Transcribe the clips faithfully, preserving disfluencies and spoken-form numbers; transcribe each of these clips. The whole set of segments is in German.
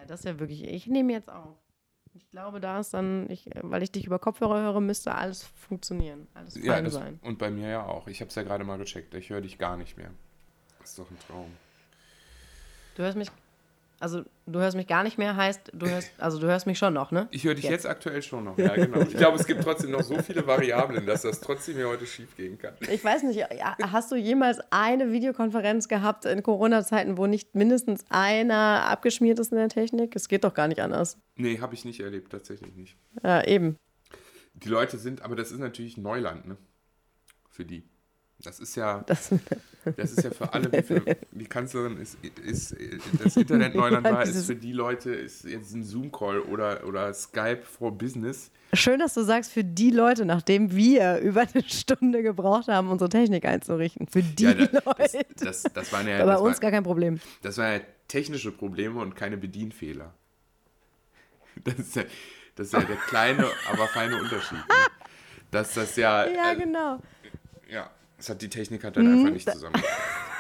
das ist ja wirklich, ich nehme jetzt auf. Ich glaube, da ist dann, ich, weil ich dich über Kopfhörer höre, müsste alles funktionieren, alles fein Ja, das, sein. und bei mir ja auch. Ich habe es ja gerade mal gecheckt. Ich höre dich gar nicht mehr. Das ist doch ein Traum. Du hörst mich, also du hörst mich gar nicht mehr, heißt, du hörst, also du hörst mich schon noch, ne? Ich höre dich jetzt. jetzt aktuell schon noch, ja genau. Ich glaube, es gibt trotzdem noch so viele Variablen, dass das trotzdem hier heute schief gehen kann. Ich weiß nicht, hast du jemals eine Videokonferenz gehabt in Corona-Zeiten, wo nicht mindestens einer abgeschmiert ist in der Technik? Es geht doch gar nicht anders. Nee, habe ich nicht erlebt, tatsächlich nicht. Ja, eben. Die Leute sind, aber das ist natürlich Neuland, ne? Für die. Das ist ja, Das, das ist ja für alle, wie für die Kanzlerin ist, ist das Internet Neuland war, ist für die Leute ist jetzt ein Zoom-Call oder, oder Skype for Business. Schön, dass du sagst, für die Leute, nachdem wir über eine Stunde gebraucht haben, unsere Technik einzurichten. Für die ja, da, Leute. Das, das, das waren ja, war bei das uns war, gar kein Problem. Das waren ja technische Probleme und keine Bedienfehler. Das ist ja, das ist ja der kleine, aber feine Unterschied. Ne? Dass das ja... Ja, äh, genau. Ja. Das hat die Technik hat dann hm, einfach nicht zusammengepasst.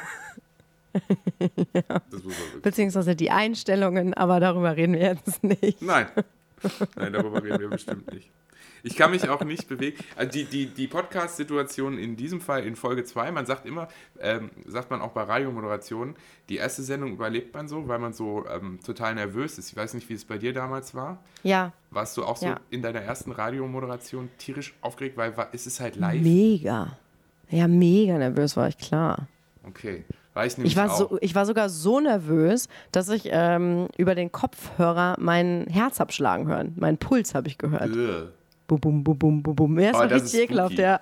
Ja. Beziehungsweise die Einstellungen, aber darüber reden wir jetzt nicht. Nein, nein, darüber reden wir bestimmt nicht. Ich kann mich auch nicht bewegen. Also die, die, die Podcast-Situation in diesem Fall in Folge zwei, man sagt immer, ähm, sagt man auch bei Radiomoderationen, die erste Sendung überlebt man so, weil man so ähm, total nervös ist. Ich weiß nicht, wie es bei dir damals war. Ja. Warst du auch so ja. in deiner ersten Radiomoderation tierisch aufgeregt, weil es ist halt live? Mega. Ja, mega nervös war ich, klar. Okay, war ich nämlich ich war auch. So, ich war sogar so nervös, dass ich ähm, über den Kopfhörer mein Herz hab schlagen hören. Meinen Puls habe ich gehört. Ugh. Bum, bum, bum, bum, bum, bum. Ja, das oh, war das richtig ekelhaft, ja.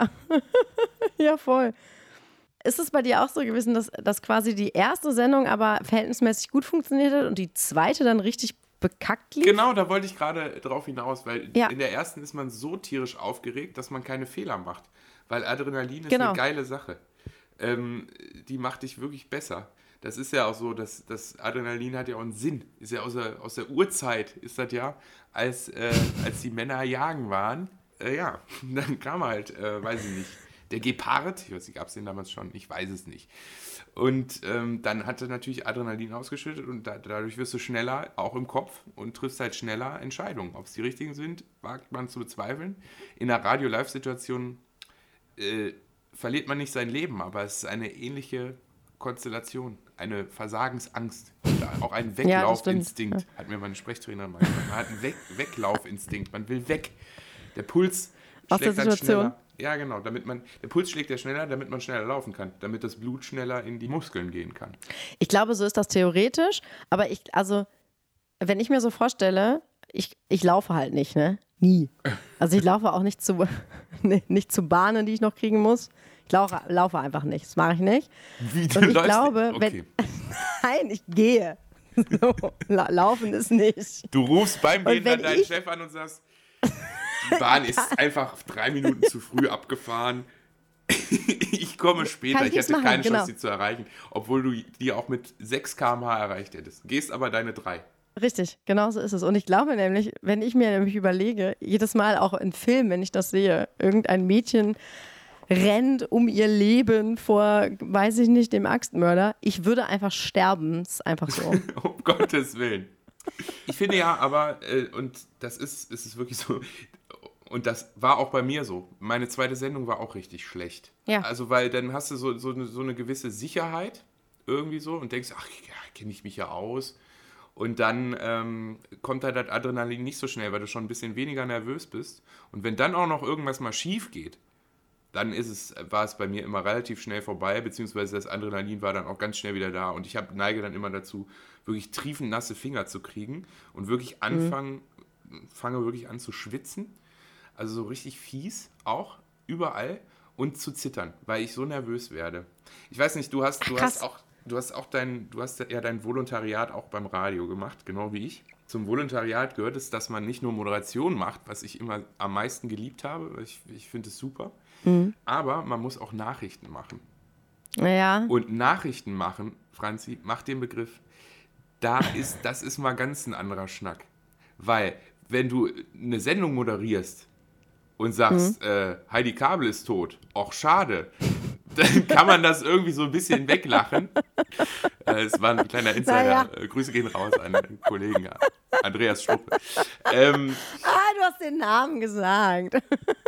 Ja, voll. Ist es bei dir auch so gewesen, dass, dass quasi die erste Sendung aber verhältnismäßig gut funktioniert hat und die zweite dann richtig bekackt lief? Genau, da wollte ich gerade drauf hinaus, weil ja. in der ersten ist man so tierisch aufgeregt, dass man keine Fehler macht. Weil Adrenalin ist genau. eine geile Sache. Ähm, die macht dich wirklich besser. Das ist ja auch so, dass das Adrenalin hat ja auch einen Sinn. Ist ja aus der, aus der Urzeit, ist das ja, als, äh, als die Männer jagen waren. Äh, ja, dann kam halt, äh, weiß ich nicht, der Gepard, ich weiß nicht, gab es den damals schon, ich weiß es nicht. Und ähm, dann hat er natürlich Adrenalin ausgeschüttet und da, dadurch wirst du schneller, auch im Kopf, und triffst halt schneller Entscheidungen. Ob es die richtigen sind, wagt man zu bezweifeln. In einer Radio-Live-Situation äh, verliert man nicht sein Leben, aber es ist eine ähnliche Konstellation, eine Versagensangst, auch ein Weglaufinstinkt, ja, hat mir meine Sprechtrainerin mal gesagt. Man hat einen Weg- Weglaufinstinkt, man will weg. Der Puls aus schlägt der dann Situation. schneller. Ja, genau, damit man, der Puls schlägt ja schneller, damit man schneller laufen kann, damit das Blut schneller in die Muskeln gehen kann. Ich glaube, so ist das theoretisch, aber ich, also, wenn ich mir so vorstelle, ich, ich laufe halt nicht, ne? Nie. Also ich laufe auch nicht zu, nicht zu Bahnen, die ich noch kriegen muss. Ich laufe, laufe einfach nicht. Das mache ich nicht. Wie, du und ich läufst glaube, nicht? wenn. Okay. Nein, ich gehe. So, la- laufen ist nicht. Du rufst beim Gehen dann deinen ich, Chef an und sagst, die Bahn ist einfach drei Minuten zu früh abgefahren. Ich komme später. ich Ich hatte machen, keine genau. Chance, sie zu erreichen, obwohl du die auch mit sechs Kilometer pro Stunde erreicht hättest. Gehst aber deine drei. Richtig, genau so ist es. Und ich glaube nämlich, wenn ich mir nämlich überlege, jedes Mal auch in Filmen, wenn ich das sehe, irgendein Mädchen rennt um ihr Leben vor, weiß ich nicht, dem Axtmörder, ich würde einfach sterben. Das ist einfach so. Um Gottes Willen. Ich finde ja, aber, äh, und das ist, ist es wirklich so, und das war auch bei mir so. Meine zweite Sendung war auch richtig schlecht. Ja. Also, weil dann hast du so, so, eine, so eine gewisse Sicherheit irgendwie so und denkst, ach, ja, kenne ich mich ja aus. Und dann ähm, kommt halt das Adrenalin nicht so schnell, weil du schon ein bisschen weniger nervös bist. Und wenn dann auch noch irgendwas mal schief geht, dann ist es, war es bei mir immer relativ schnell vorbei, beziehungsweise das Adrenalin war dann auch ganz schnell wieder da. Und ich hab, neige dann immer dazu, wirklich triefennasse Finger zu kriegen und wirklich anfangen, mhm. fange wirklich an zu schwitzen. Also so richtig fies, auch überall, und zu zittern, weil ich so nervös werde. Ich weiß nicht, du hast, du Ach, hast auch, du hast auch dein, du hast ja dein Volontariat auch beim Radio gemacht, genau wie ich. Zum Volontariat gehört es, dass man nicht nur Moderation macht, was ich immer am meisten geliebt habe. Ich, ich finde es super. Mhm. Aber man muss auch Nachrichten machen. Ja. Und Nachrichten machen, Franzi, mach den Begriff, da ist, das ist mal ganz ein anderer Schnack. Weil, wenn du eine Sendung moderierst und sagst, mhm. äh, Heidi Kabel ist tot, auch schade, dann kann man das irgendwie so ein bisschen weglachen. Äh, es war ein kleiner Insider. Naja. Äh, Grüße gehen raus an den Kollegen Andreas Struppe. Ähm, Ah, du hast den Namen gesagt.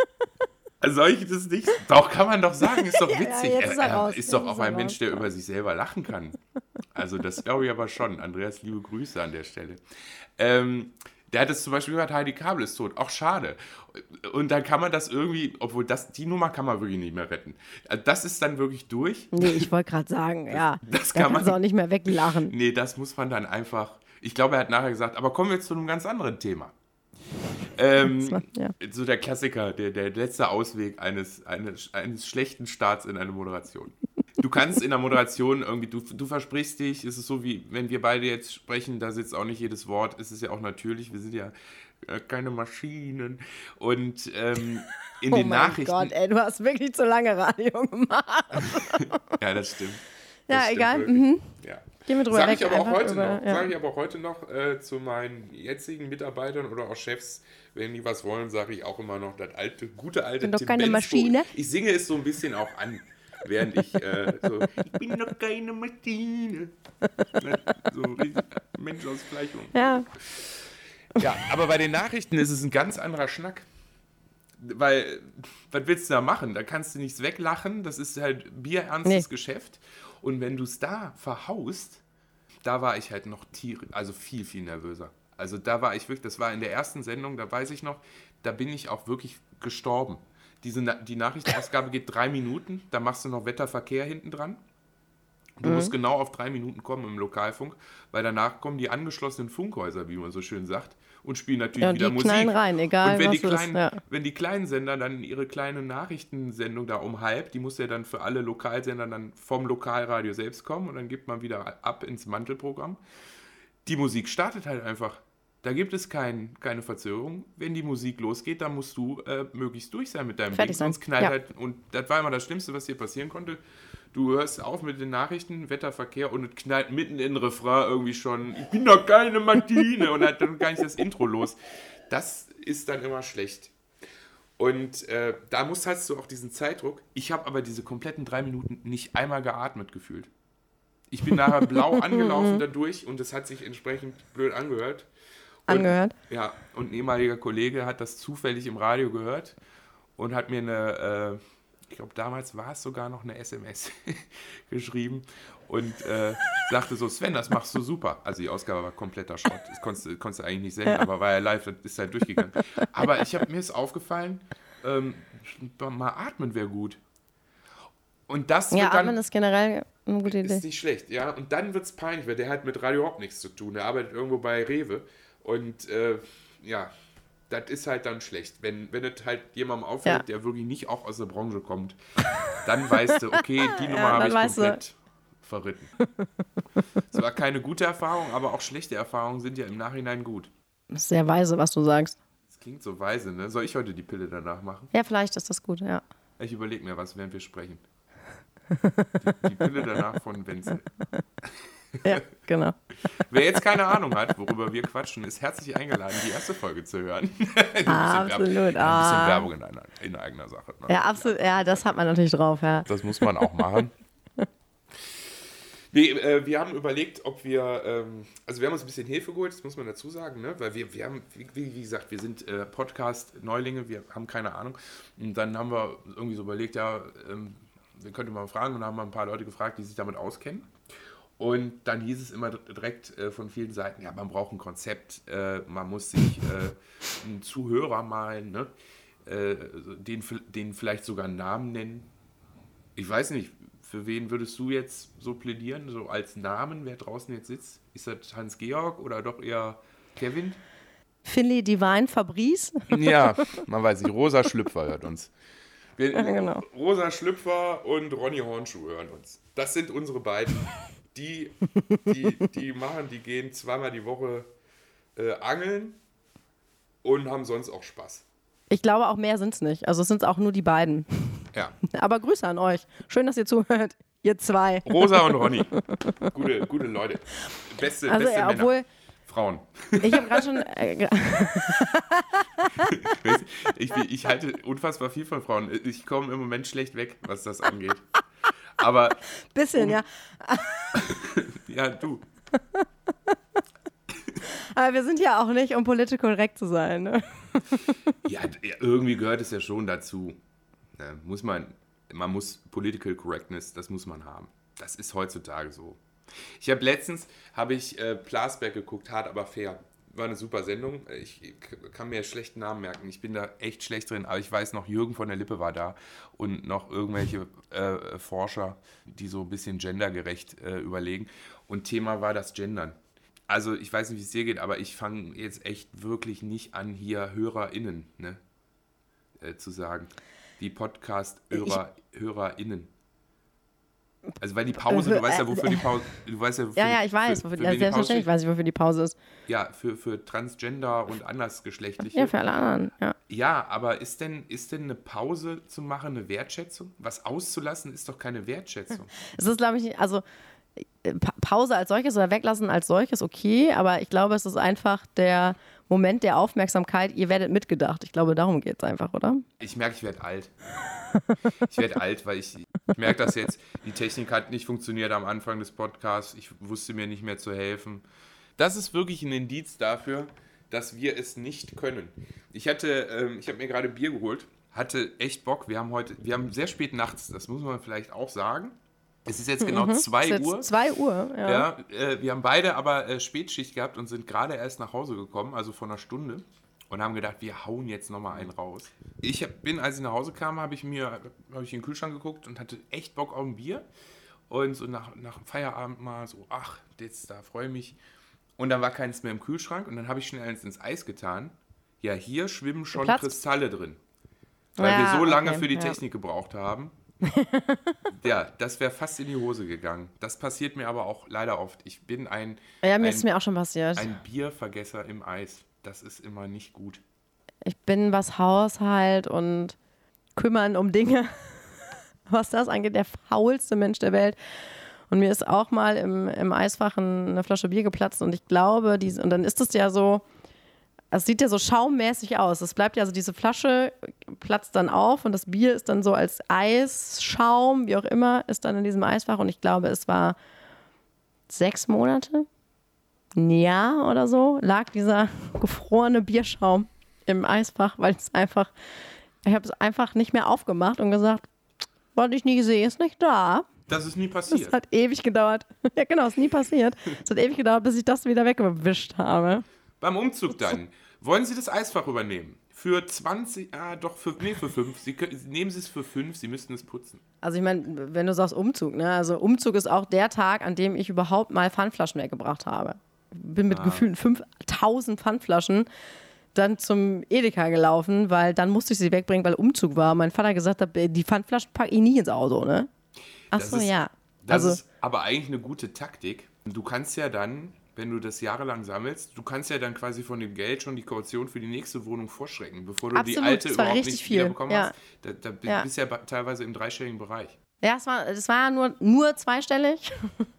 soll ich das nicht? Doch, kann man doch sagen, ist doch witzig. Ja, jetzt ist er er, er raus. ist doch Jetzt auch ist er ein Mensch, raus. der über sich selber lachen kann. Also das glaube ich aber schon. Andreas, liebe Grüße an der Stelle. Ähm, der hat es zum Beispiel gehört, Heidi Kabel ist tot. Auch schade. Und dann kann man das irgendwie, obwohl das, die Nummer kann man wirklich nicht mehr retten. Also das ist dann wirklich durch. Nee, ich wollte gerade sagen, ja. das da kann kannst man- du auch nicht mehr weglachen. Nee, das muss man dann einfach. Ich glaube, er hat nachher gesagt, aber kommen wir jetzt zu einem ganz anderen Thema. Ähm, Das war- ja. So der Klassiker, der, der letzte Ausweg eines, eines, eines schlechten Starts in eine Moderation. Du kannst in der Moderation irgendwie, du, du versprichst dich, es ist so wie, wenn wir beide jetzt sprechen, da sitzt auch nicht jedes Wort, es ist ja auch natürlich, wir sind ja äh, keine Maschinen. Und ähm, in Oh den mein Nachrichten. Gott, ey, du hast wirklich zu lange Radio gemacht. Ja, das stimmt. Ja, Das stimmt egal. wirklich. Mhm. Ja. Gehen wir drüber Sage weg. ich aber auch einfach heute über, noch, ja. sage ich aber auch heute noch äh, zu meinen jetzigen Mitarbeitern oder auch Chefs, wenn die was wollen, sage ich auch immer noch das alte, gute alte Bin doch Tim keine Bensko. Maschine. Ich singe es so ein bisschen auch an, während ich äh, so, ich bin doch keine Maschine. Ne? So richtig Mensch aus Fleisch und Ja, ja, aber bei den Nachrichten ist es ein ganz anderer Schnack. Weil, was willst du da machen? Da kannst du nichts weglachen. Das ist halt bierernstes Nee. Geschäft. Und wenn du es da verhaust, da war ich halt noch tier, also viel, viel nervöser. Also da war ich wirklich, das war in der ersten Sendung, da weiß ich noch, da bin ich auch wirklich gestorben. Diese, Na- die Nachrichtenausgabe geht drei Minuten, da machst du noch Wetterverkehr hinten dran. Du musst genau auf drei Minuten kommen im Lokalfunk, weil danach kommen die angeschlossenen Funkhäuser, wie man so schön sagt, und spielen natürlich ja und wieder die Musik. knallen rein, egal Und wenn was die, kleinen, ist. Ja. wenn die kleinen Sender dann ihre kleine Nachrichtensendung da um halb, die muss ja dann für alle Lokalsender dann vom Lokalradio selbst kommen und dann gibt man wieder ab ins Mantelprogramm. Die Musik startet halt einfach. Da gibt es kein, keine Verzögerung. Wenn die Musik losgeht, dann musst du äh, möglichst durch sein mit deinem Fertig Ding, sein. sonst knallt Ja. halt. Und das war immer das Schlimmste, was dir passieren konnte. Du hörst auf mit den Nachrichten, Wetterverkehr und es knallt mitten in den Refrain irgendwie schon, ich bin doch keine Martine und hat dann gar nicht das Intro los. Das ist dann immer schlecht. Und äh, da musst hast du auch diesen Zeitdruck. Ich habe aber diese kompletten drei Minuten nicht einmal geatmet gefühlt. Ich bin nachher blau angelaufen dadurch und es hat sich entsprechend blöd angehört. Und, Angehört? Ja, und ein ehemaliger Kollege hat das zufällig im Radio gehört und hat mir eine, äh, ich glaube damals war es sogar noch eine S M S geschrieben und äh, sagte so, Sven, das machst du super. Also die Ausgabe war kompletter Schrott. Das konntest, du- konntest du eigentlich nicht senden, aber war ja live, das ist halt durchgegangen. Aber ich habe mir ist aufgefallen, ähm, mal atmen wäre gut. Und das Ja, wird dann, Atmen ist generell eine gute Idee. ist nicht schlecht, ja. Und dann wird es peinlich, weil der hat mit Radio Hop nichts zu tun. Der arbeitet irgendwo bei Rewe. Und äh, ja, das ist halt dann schlecht. Wenn, wenn es halt jemandem auffällt, Ja. der wirklich nicht auch aus der Branche kommt, dann weißt du, okay, die Nummer Ja, habe dann ich weißt du. komplett verritten. Es war keine gute Erfahrung, aber auch schlechte Erfahrungen sind ja im Nachhinein gut. Das ist sehr weise, was du sagst. Das klingt so weise, ne? Soll ich heute die Pille danach machen? Ja, vielleicht ist das gut, ja. Ich überlege mir was, während wir sprechen. Die, die Pille danach von Wenzel. Ja, genau. Wer jetzt keine Ahnung hat, worüber wir quatschen, ist herzlich eingeladen, die erste Folge zu hören. Ein bisschen Absolut, Werbung, ja, ein ah. bisschen Werbung in, einer, in eigener Sache. Ne? Ja, absolut. Ja, das hat man natürlich drauf, ja. Das muss man auch machen. Wir, äh, wir haben überlegt, ob wir, ähm, also wir haben uns ein bisschen Hilfe geholt, das muss man dazu sagen, ne? Weil wir, wir haben, wie, wie gesagt, wir sind äh, Podcast-Neulinge, wir haben keine Ahnung. Und dann haben wir irgendwie so überlegt, ja, ähm, wir könnten mal fragen und dann haben wir ein paar Leute gefragt, die sich damit auskennen. Und dann hieß es immer direkt äh, von vielen Seiten, ja, man braucht ein Konzept, äh, man muss sich äh, einen Zuhörer malen, ne? äh, den, den vielleicht sogar einen Namen nennen. Ich weiß nicht, für wen würdest du jetzt so plädieren, so als Namen, wer draußen jetzt sitzt? Ist das Hans-Georg oder doch eher Kevin? Finley Divine Fabrice. Ja, man weiß nicht, Rosa Schlüpfer hört uns. Wir, Ja, genau. Rosa Schlüpfer und Ronny Hornschuh hören uns. Das sind unsere beiden. Die, die, die machen, die gehen zweimal die Woche äh, angeln und haben sonst auch Spaß. Ich glaube, auch mehr sind es nicht. Also es sind auch nur die beiden. Ja. Aber Grüße an euch. Schön, dass ihr zuhört. Ihr zwei. Rosa und Ronny. Gute, gute Leute. Beste, Also beste ja, Männer. obwohl, Frauen. ich habe gerade schon... Äh, Ich, ich halte unfassbar viel von Frauen. Ich komme im Moment schlecht weg, was das angeht. Aber bisschen, um, ja. Ja, du. Aber wir sind ja auch nicht, um politisch korrekt zu sein. Ne? Ja, irgendwie gehört es ja schon dazu. Ja, muss man, man muss Political Correctness, das muss man haben. Das ist heutzutage so. Ich habe letztens, habe ich äh, Plasberg geguckt, Hart aber fair. War eine super Sendung. Ich kann mir schlechten Namen merken. Ich bin da echt schlecht drin, aber ich weiß noch, Jürgen von der Lippe war da und noch irgendwelche äh, Forscher, die so ein bisschen gendergerecht äh, überlegen. Und Thema war das Gendern. Also ich weiß nicht, wie es dir geht, aber ich fange jetzt echt wirklich nicht an, hier HörerInnen ne, äh, zu sagen. Die Podcast-Hörer, HörerInnen. Also weil die Pause, du weißt ja, wofür die Pause, du weißt ja, wofür, ja, ja, ich weiß, für, wofür, für ja, selbstverständlich weiß ich, wofür die Pause ist. Ja, für, für Transgender und Andersgeschlechtliche. Ja, für alle anderen, ja. Ja, aber ist denn, ist denn eine Pause zu machen eine Wertschätzung? Was auszulassen ist doch keine Wertschätzung. Es ist, glaube ich, nicht, also Pa- Pause als solches oder weglassen als solches okay, aber ich glaube, es ist einfach der Moment der Aufmerksamkeit, ihr werdet mitgedacht. Ich glaube, darum geht es einfach, oder? Ich merke, ich werde alt. Ich werde alt, weil ich, ich merke das jetzt, die Technik hat nicht funktioniert am Anfang des Podcasts, ich wusste mir nicht mehr zu helfen. Das ist wirklich ein Indiz dafür, dass wir es nicht können. Ich hatte, ähm, ich habe mir gerade Bier geholt, hatte echt Bock, wir haben heute, wir haben sehr spät nachts, das muss man vielleicht auch sagen. Es ist jetzt genau mhm. zwei Uhr. zwei Uhr, ja. ja äh, wir haben beide aber äh, Spätschicht gehabt und sind gerade erst nach Hause gekommen, also vor einer Stunde. Und haben gedacht, wir hauen jetzt nochmal einen raus. Ich hab, bin, als ich nach Hause kam, habe ich mir hab ich in den Kühlschrank geguckt und hatte echt Bock auf ein Bier. Und so nach, nach dem Feierabend mal so, ach, jetzt da freue ich mich. Und dann war keins mehr im Kühlschrank und dann habe ich schnell eins ins Eis getan. Ja, hier schwimmen schon Platz? Kristalle drin. Weil ja, wir so lange okay, für die ja. Technik gebraucht haben. Ja, das wäre fast in die Hose gegangen. Das passiert mir aber auch leider oft. Ich bin ein, Ja, mir ein, ist es mir auch schon passiert. ein Biervergesser im Eis. Das ist immer nicht gut. Ich bin, was Haushalt und Kümmern um Dinge, was das angeht, der faulste Mensch der Welt. Und mir ist auch mal im, im Eisfach eine Flasche Bier geplatzt und ich glaube, die, und dann ist es ja so, es sieht ja so schaummäßig aus. Es bleibt ja so, diese Flasche platzt dann auf und das Bier ist dann so als Eisschaum, wie auch immer, ist dann in diesem Eisfach und ich glaube, es war sechs Monate, ein Jahr oder so, lag dieser gefrorene Bierschaum im Eisfach, weil es einfach, ich habe es einfach nicht mehr aufgemacht und gesagt, wollte ich nie gesehen, ist nicht da. Das ist nie passiert. Das hat ewig gedauert. Ja genau, ist nie passiert. Es hat ewig gedauert, bis ich das wieder weggewischt habe. Beim Umzug dann, wollen Sie das Eisfach übernehmen? Für zwanzig, ah doch, für, nee, für fünf. Sie können, nehmen Sie es für fünf, Sie müssten es putzen. Also ich meine, wenn du sagst Umzug, ne? Also Umzug ist auch der Tag, an dem ich überhaupt mal Pfandflaschen weggebracht habe. Bin mit ah. gefühlten fünftausend Pfandflaschen dann zum Edeka gelaufen, weil dann musste ich sie wegbringen, weil Umzug war. Mein Vater gesagt hat, die Pfandflaschen packe ich nie ins Auto, ne? Ach so, ja. Das also, ist aber eigentlich eine gute Taktik. Du kannst ja dann, wenn du das jahrelang sammelst, du kannst ja dann quasi von dem Geld schon die Kaution für die nächste Wohnung vorschrecken, bevor du absolut, die alte überhaupt nicht viel. wiederbekommen ja. hast. Da, da ja. bist du ja teilweise im dreistelligen Bereich. Ja, es war, es war nur, nur zweistellig.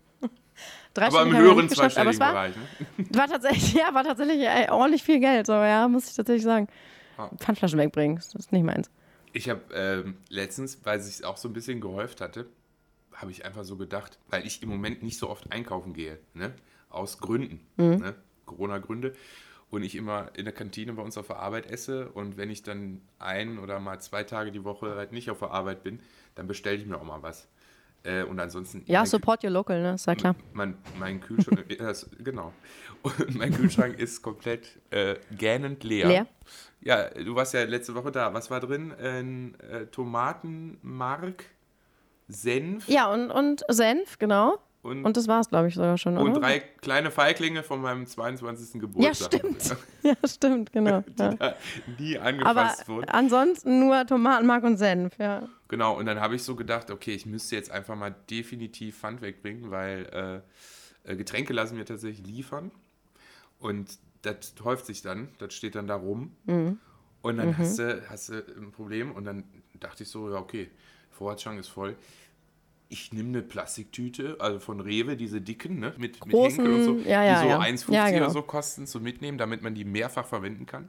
Aber im höheren zweistelligen war, Bereich, ne? War tatsächlich, ja, war tatsächlich ey, ordentlich viel Geld, so, ja, muss ich tatsächlich sagen. Ah. Pfandflaschen wegbringen, das ist nicht meins. Ich habe ähm, letztens, weil es sich auch so ein bisschen gehäuft hatte, habe ich einfach so gedacht, weil ich im Moment nicht so oft einkaufen gehe, ne? Aus Gründen, mhm. ne? Corona-Gründe. Und ich immer in der Kantine bei uns auf der Arbeit esse und wenn ich dann ein oder mal zwei Tage die Woche halt nicht auf der Arbeit bin, dann bestelle ich mir auch mal was. Äh, und ansonsten... Ja, support your local, ne? Ist ja klar. Mein, mein Kühlschrank, das, genau. Und mein Kühlschrank ist komplett äh, gähnend leer. Leer? Ja, du warst ja letzte Woche da. Was war drin? Ein äh, Tomatenmark, Senf. Ja, und, und Senf, genau. Und, und das war es, glaube ich, sogar schon, Und oder? drei kleine Feiglinge von meinem zweiundzwanzigsten Geburtstag. Ja, stimmt. Ja, stimmt, genau. Die ja. da nie angefasst Aber wurden. Ansonsten nur Tomatenmark und Senf, ja. Genau, und dann habe ich so gedacht, okay, ich müsste jetzt einfach mal definitiv Pfand wegbringen, weil äh, Getränke lassen wir tatsächlich liefern. Und das häuft sich dann, das steht dann da rum. Mhm. Und dann mhm. hast du, hast du ein Problem. Und dann dachte ich so, ja, okay, Vorratsschrank ist voll. Ich nehme eine Plastiktüte, also von Rewe, diese dicken, ne, mit, mit Großen, Henkel und so, ja, ja, die so ja. eins Fünfzig ja, genau. oder so kosten, zu mitnehmen, damit man die mehrfach verwenden kann.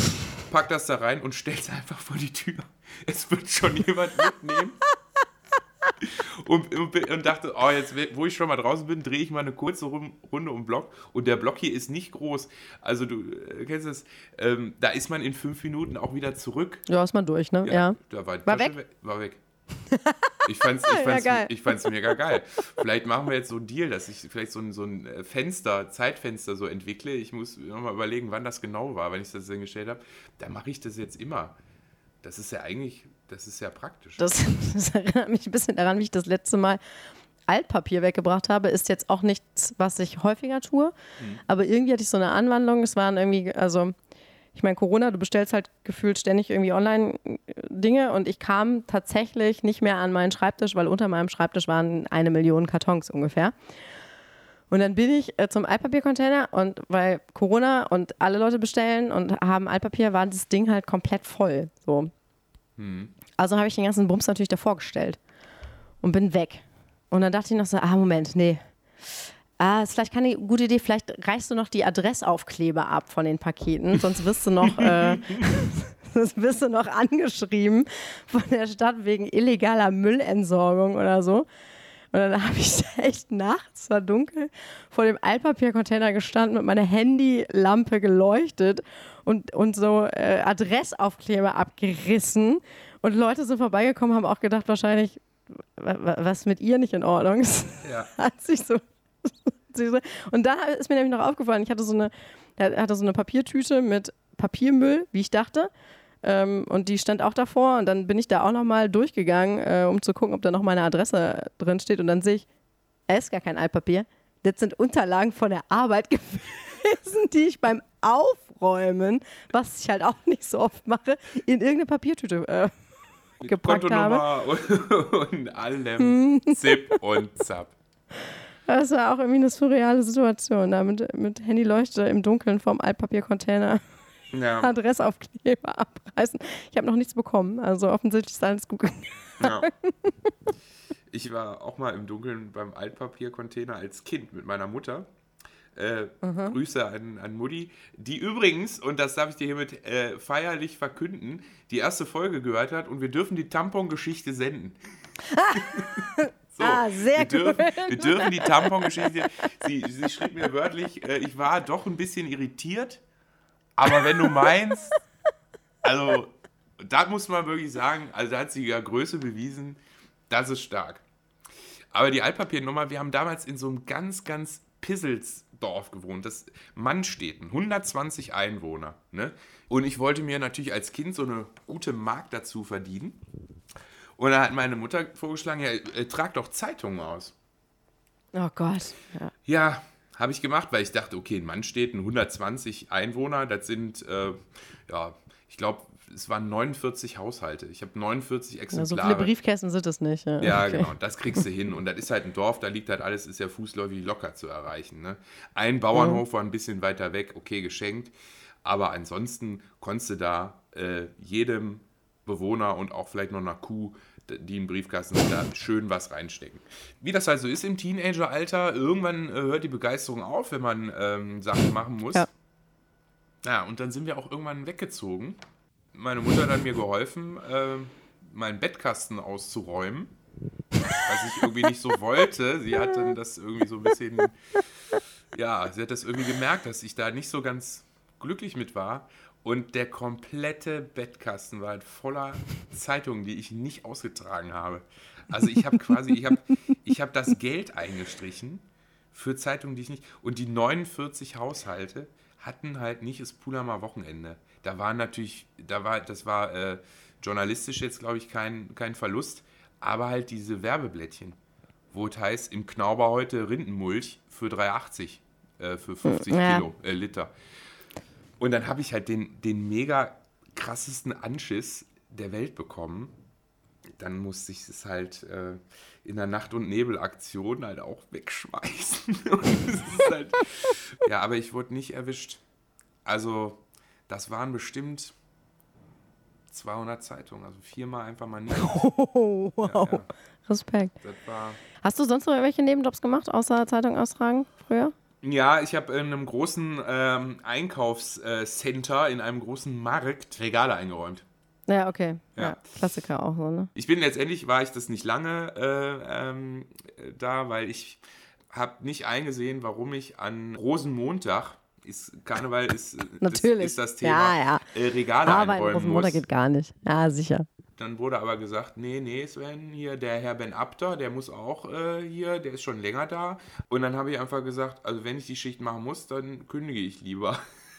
Pack das da rein und stell's einfach vor die Tür. Es wird schon jemand mitnehmen. und, und, und dachte, oh, jetzt, wo ich schon mal draußen bin, drehe ich mal eine kurze Runde um den Block. Und der Block hier ist nicht groß. Also du äh, kennst es, ähm, da ist man in fünf Minuten auch wieder zurück. Ja, ist man durch, ne? Ja. ja. Da war, war weg? We- war weg. Ich fand's, ich fand's, ja, ich fand's mega geil. Vielleicht machen wir jetzt so einen Deal, dass ich vielleicht so ein, so ein Fenster, Zeitfenster so entwickle. Ich muss nochmal überlegen, wann das genau war, wenn ich das hingestellt habe. Da mache ich das jetzt immer. Das ist ja eigentlich, das ist ja praktisch. Das, das erinnert mich ein bisschen daran, wie ich das letzte Mal Altpapier weggebracht habe. Ist jetzt auch nichts, was ich häufiger tue. Hm. Aber irgendwie hatte ich so eine Anwandlung. Es waren irgendwie, also ich meine, Corona, du bestellst halt gefühlt ständig irgendwie Online-Dinge und ich kam tatsächlich nicht mehr an meinen Schreibtisch, weil unter meinem Schreibtisch waren eine Million Kartons ungefähr. Und dann bin ich äh, zum Altpapiercontainer und weil Corona und alle Leute bestellen und haben Altpapier, war das Ding halt komplett voll. So. Hm. Also habe ich den ganzen Bums natürlich davor gestellt und bin weg. Und dann dachte ich noch so, ah Moment, nee. Ah, ist vielleicht keine gute Idee, vielleicht reichst du noch die Adressaufkleber ab von den Paketen, sonst wirst du noch, äh, sonst wirst du noch angeschrieben von der Stadt wegen illegaler Müllentsorgung oder so. Und dann habe ich echt nachts, es war dunkel, vor dem Altpapiercontainer gestanden, mit meiner Handylampe geleuchtet und, und so äh, Adressaufkleber abgerissen. Und Leute sind vorbeigekommen, haben auch gedacht wahrscheinlich, was mit ihr nicht in Ordnung ist. Ja. Hat sich so Und da ist mir nämlich noch aufgefallen, ich hatte so eine, hatte so eine Papiertüte mit Papiermüll, wie ich dachte. Ähm, und die stand auch davor. Und dann bin ich da auch nochmal durchgegangen, äh, um zu gucken, ob da noch meine Adresse drin steht. Und dann sehe ich, es ist gar kein Altpapier. Das sind Unterlagen von der Arbeit gewesen, die ich beim Aufräumen, was ich halt auch nicht so oft mache, in irgendeine Papiertüte äh, gepackt habe. Und, und allem Zip und Zap. Das war auch irgendwie eine surreale Situation, da mit, mit Handyleuchte im Dunkeln vorm Altpapiercontainer ja. Adressaufkleber abreißen. Ich habe noch nichts bekommen, also offensichtlich ist alles gut gegangen. Ja. Ich war auch mal im Dunkeln beim Altpapiercontainer als Kind mit meiner Mutter. Äh, uh-huh. Grüße an, an Mutti, die übrigens, und das darf ich dir hiermit äh, feierlich verkünden, die erste Folge gehört hat und wir dürfen die Tampongeschichte senden. So, ah, sehr wir dürfen, cool. Wir dürfen die Tampongeschichte. Sie, sie schrieb mir wörtlich, äh, ich war doch ein bisschen irritiert, aber wenn du meinst, also, da muss man wirklich sagen, also da hat sie ja Größe bewiesen, das ist stark. Aber die Altpapiernummer, wir haben damals in so einem ganz, ganz Pisselsdorf gewohnt, das Mannsteten, hundertzwanzig Einwohner. Ne? Und ich wollte mir natürlich als Kind so eine gute Mark dazu verdienen. Und da hat meine Mutter vorgeschlagen, ja, äh, trag doch Zeitungen aus. Oh Gott. Ja, ja habe ich gemacht, weil ich dachte, okay, in Mannsteten hundertzwanzig Einwohner, das sind, äh, ja, ich glaube, es waren neunundvierzig Haushalte. Ich habe neunundvierzig Exemplare. Ja, so viele Briefkästen sind es nicht. Ja, ja okay. Genau, das kriegst du hin. Und das ist halt ein Dorf, da liegt halt alles, ist ja fußläufig locker zu erreichen. Ne? Ein Bauernhof mhm. war ein bisschen weiter weg, okay, geschenkt. Aber ansonsten konntest du da äh, jedem Bewohner und auch vielleicht noch einer Kuh, die im Briefkasten sind, da schön was reinstecken. Wie das halt so ist im Teenageralter, irgendwann äh, hört die Begeisterung auf, wenn man ähm, Sachen machen muss. Ja. Ja, und dann sind wir auch irgendwann weggezogen. Meine Mutter hat mir geholfen, äh, meinen Bettkasten auszuräumen, was ich irgendwie nicht so wollte. Sie hat dann das irgendwie so ein bisschen, ja, sie hat das irgendwie gemerkt, dass ich da nicht so ganz glücklich mit war. Und der komplette Bettkasten war halt voller Zeitungen, die ich nicht ausgetragen habe. Also ich habe quasi, ich habe ich hab das Geld eingestrichen für Zeitungen, die ich nicht... Und die neunundvierzig Haushalte hatten halt nicht das Puhlamer Wochenende. Da war natürlich, da war, das war äh, journalistisch jetzt, glaube ich, kein, kein Verlust, aber halt diese Werbeblättchen, wo es heißt, im Knauber heute Rindenmulch für drei achtzig, äh, für fünfzig ja. Kilo, äh, Liter. Und dann habe ich halt den, den mega krassesten Anschiss der Welt bekommen. Dann musste ich es halt äh, in der Nacht- und Nebelaktion halt auch wegschmeißen. Und es ist halt, ja, aber ich wurde nicht erwischt. Also, das waren bestimmt zweihundert Zeitungen, also viermal einfach mal nicht. Oh, wow, ja, ja. Respekt. Das war Hast du sonst noch irgendwelche Nebenjobs gemacht, außer Zeitung austragen früher? Ja, ich habe in einem großen ähm, Einkaufscenter, in einem großen Markt, Regale eingeräumt. Ja, okay. Ja. Ja. Klassiker auch so, ne? Ich bin letztendlich, war ich das nicht lange äh, ähm, da, weil ich habe nicht eingesehen, warum ich an Rosenmontag, ist, Karneval ist, Natürlich. Das, ist das Thema, Ja, ja. Äh, Regale Aber ein einräumen Rosenmontag muss. geht gar nicht. Ja, sicher. Dann wurde aber gesagt, nee, nee, Sven, hier der Herr Ben Abter, der muss auch äh, hier, der ist schon länger da. Und dann habe ich einfach gesagt, also wenn ich die Schicht machen muss, dann kündige ich lieber.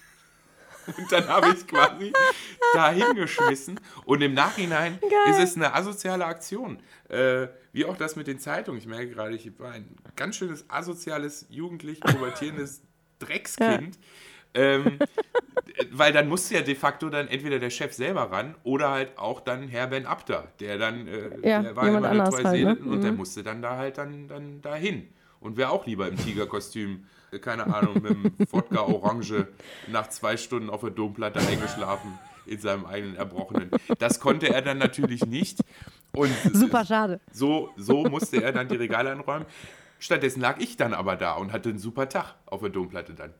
Und dann habe ich quasi da hingeschmissen. Und im Nachhinein Geil. ist es eine asoziale Aktion. Äh, wie auch das mit den Zeitungen. Ich merke gerade, ich war ein ganz schönes asoziales, jugendlich pubertierendes Dreckskind. Ja. Ähm, weil dann musste ja de facto dann entweder der Chef selber ran oder halt auch dann Herr Ben Abter, der dann, äh, Ja, der war jemand immer eine anders treue halt, Seele ne? und der Mhm. musste dann da halt dann, dann dahin. Und wäre auch lieber im Tigerkostüm, äh, keine Ahnung, mit dem Wodka Orange nach zwei Stunden auf der Domplatte eingeschlafen in seinem eigenen Erbrochenen. Das konnte er dann natürlich nicht. Und Super schade. so, so musste er dann die Regale einräumen. Stattdessen lag ich dann aber da und hatte einen super Tag auf der Domplatte dann.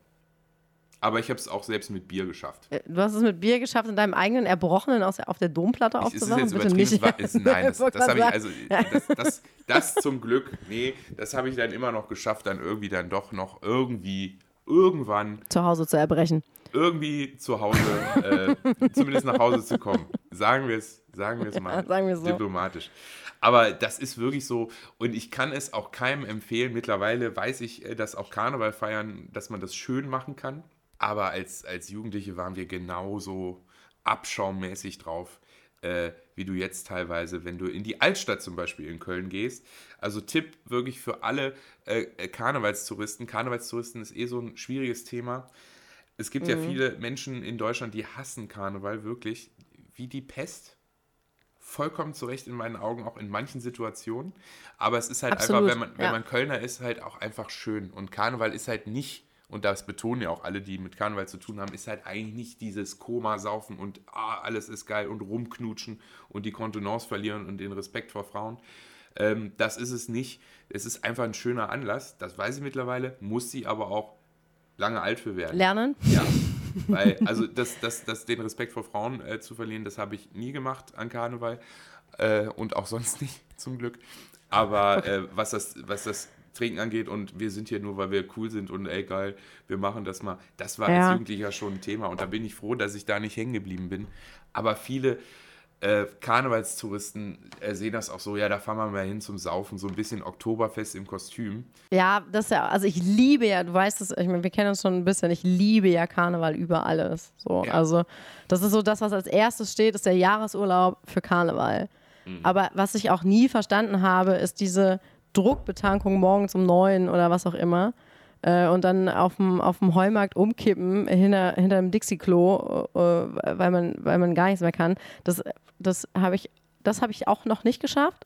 Aber ich habe es auch selbst mit Bier geschafft. Du hast es mit Bier geschafft, in deinem eigenen Erbrochenen aus, auf der Domplatte Ich, ist es aufzuwachen? jetzt Bitte übertrieben? nicht. Es war, es, nein, das, Wollte das habe ich gerade also, das, das, das zum Glück, nee, das habe ich dann immer noch geschafft, dann irgendwie dann doch noch irgendwie, irgendwann, Zu Hause zu erbrechen. irgendwie zu Hause, äh, zumindest nach Hause zu kommen. Sagen wir es, sagen wir es mal Ja, sagen wir so. diplomatisch. Aber das ist wirklich so und ich kann es auch keinem empfehlen. Mittlerweile weiß ich, äh, dass auch Karneval feiern, dass man das schön machen kann. Aber als, als Jugendliche waren wir genauso abschaummäßig drauf, äh, wie du jetzt teilweise, wenn du in die Altstadt zum Beispiel in Köln gehst. Also Tipp wirklich für alle äh, Karnevalstouristen. Karnevalstouristen ist eh so ein schwieriges Thema. Es gibt Mhm. ja viele Menschen in Deutschland, die hassen Karneval wirklich wie die Pest. Vollkommen zu Recht in meinen Augen, auch in manchen Situationen. Aber es ist halt Absolut, einfach, wenn man, wenn ja. man Kölner ist, halt auch einfach schön. Und Karneval ist halt nicht, und das betonen ja auch alle, die mit Karneval zu tun haben, ist halt eigentlich nicht dieses Koma-Saufen und ah, alles ist geil und rumknutschen und die Kontenance verlieren und den Respekt vor Frauen. Ähm, das ist es nicht. Es ist einfach ein schöner Anlass. Das weiß ich mittlerweile, muss sie aber auch lange alt für werden. Lernen? Ja, weil, also das, das, das, den Respekt vor Frauen äh, zu verlieren, das habe ich nie gemacht an Karneval äh, und auch sonst nicht, zum Glück. Aber Okay. äh, was, das, was das Trinken angeht und wir sind hier nur, weil wir cool sind und ey geil, wir machen das mal, das war Ja. als Jugendlicher schon ein Thema und da bin ich froh, dass ich da nicht hängen geblieben bin. Aber viele äh, Karnevalstouristen äh, sehen das auch so, ja, da fahren wir mal hin zum Saufen, so ein bisschen Oktoberfest im Kostüm. Ja, das ist ja, also ich liebe ja, du weißt es, ich meine, wir kennen uns schon ein bisschen, ich liebe ja Karneval über alles. So, Ja. also das ist so das, was als erstes steht, ist der Jahresurlaub für Karneval. Mhm. Aber was ich auch nie verstanden habe, ist diese Druckbetankung morgens um neun oder was auch immer. Äh, und dann auf dem, auf dem Heumarkt umkippen hinter, hinter dem Dixie-Klo, äh, weil, man, weil man gar nichts mehr kann. Das, das habe ich, das hab ich auch noch nicht geschafft.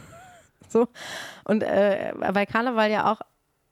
So. Und äh, weil Karneval ja auch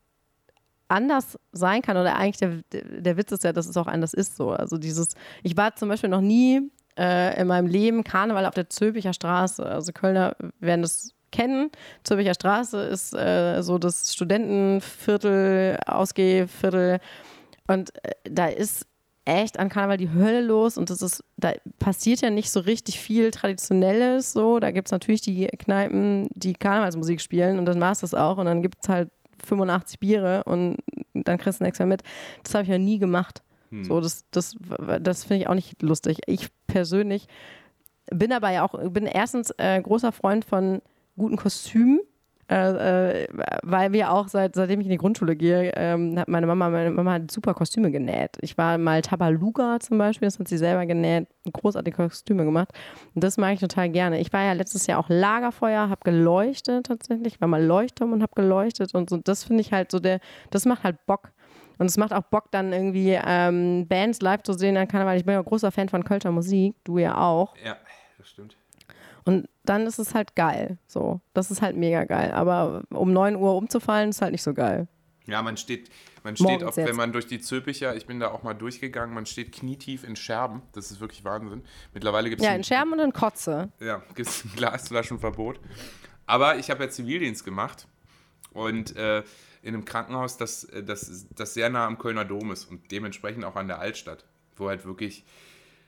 anders sein kann oder eigentlich der, der Witz ist ja, dass es auch anders ist so. Also dieses, ich war zum Beispiel noch nie äh, in meinem Leben Karneval auf der Zülpicher Straße. Also Kölner werden das kennen. Zülpicher Straße ist äh, so das Studentenviertel, Ausgehviertel und äh, da ist echt an Karneval die Hölle los und das ist, da passiert ja nicht so richtig viel Traditionelles so. Da gibt es natürlich die Kneipen, die Karnevalsmusik spielen und dann war es das auch und dann gibt es halt fünfundachtzig Biere und dann kriegst du nichts mehr mit. Das habe ich ja nie gemacht. Hm. So, das, das, das finde ich auch nicht lustig. Ich persönlich bin aber ja auch, bin erstens äh, großer Freund von guten Kostümen, äh, äh, weil wir auch, seit, seitdem ich in die Grundschule gehe, ähm, hat meine Mama, meine Mama hat super Kostüme genäht. Ich war mal Tabaluga zum Beispiel, das hat sie selber genäht, großartige Kostüme gemacht und das mag ich total gerne. Ich war ja letztes Jahr auch Lagerfeuer, habe geleuchtet tatsächlich, war mal Leuchtturm und habe geleuchtet und so, das finde ich halt so, der, das macht halt Bock. Und es macht auch Bock, dann irgendwie ähm, Bands live zu sehen an Karneval. Ich bin ja ein großer Fan von Kölscher Musik, du ja auch. Ja, das stimmt. Und dann ist es halt geil. So, das ist halt mega geil. Aber um neun Uhr umzufallen, ist halt nicht so geil. Ja, man steht, man steht Morgens auch, jetzt. wenn man durch die Zülpicher, ich bin da auch mal durchgegangen, man steht knietief in Scherben. Das ist wirklich Wahnsinn. Mittlerweile gibt es Ja, ein, in Scherben und in Kotze. ja, gibt's ein Glasflaschenverbot. Aber ich habe ja Zivildienst gemacht und äh, in einem Krankenhaus, das, das, das sehr nah am Kölner Dom ist und dementsprechend auch an der Altstadt, wo halt wirklich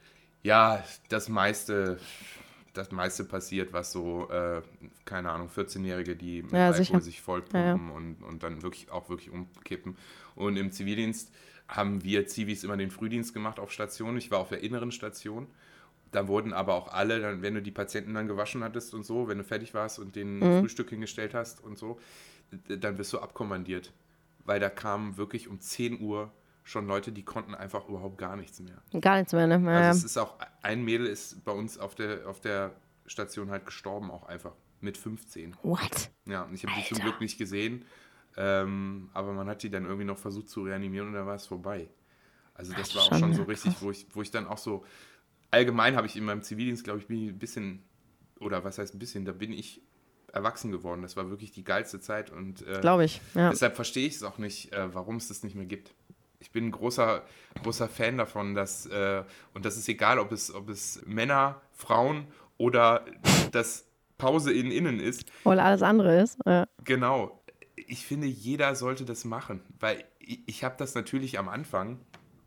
Ja, das meiste, das meiste passiert, was so, äh, keine Ahnung, vierzehnjährige, die mit Ja, Alkohol sicher. sich vollpumpen Ja, ja. und, und dann wirklich auch wirklich umkippen. Und im Zivildienst haben wir Zivis immer den Frühdienst gemacht auf Station. Ich war auf der inneren Station. Da wurden aber auch alle, dann, wenn du die Patienten dann gewaschen hattest und so, wenn du fertig warst und denen Mhm. Frühstück hingestellt hast und so, d- dann wirst du abkommandiert. Weil da kamen wirklich um zehn Uhr schon Leute, die konnten einfach überhaupt gar nichts mehr. Gar nichts mehr, ne? Ja, ja. Also es ist auch, ein Mädel ist bei uns auf der, auf der Station halt gestorben, auch einfach mit fünfzehn. What? Ja, und ich habe die zum Alter. Glück nicht gesehen, ähm, aber man hat die dann irgendwie noch versucht zu reanimieren und dann war es vorbei. Also das Ach, war auch schon, schon so ja, richtig, krass. wo ich, wo ich dann auch so, allgemein habe ich in meinem Zivildienst, glaube ich, bin ich ein bisschen, oder was heißt ein bisschen, da bin ich erwachsen geworden. Das war wirklich die geilste Zeit und äh, Glaube ich, ja. deshalb verstehe ich es auch nicht, äh, warum es das nicht mehr gibt. Ich bin ein großer, großer Fan davon, dass, äh, und das ist egal, ob es, ob es Männer, Frauen oder das Pause in innen ist. Weil alles andere ist. Ja. Genau. Ich finde, jeder sollte das machen, weil ich, ich habe das natürlich am Anfang,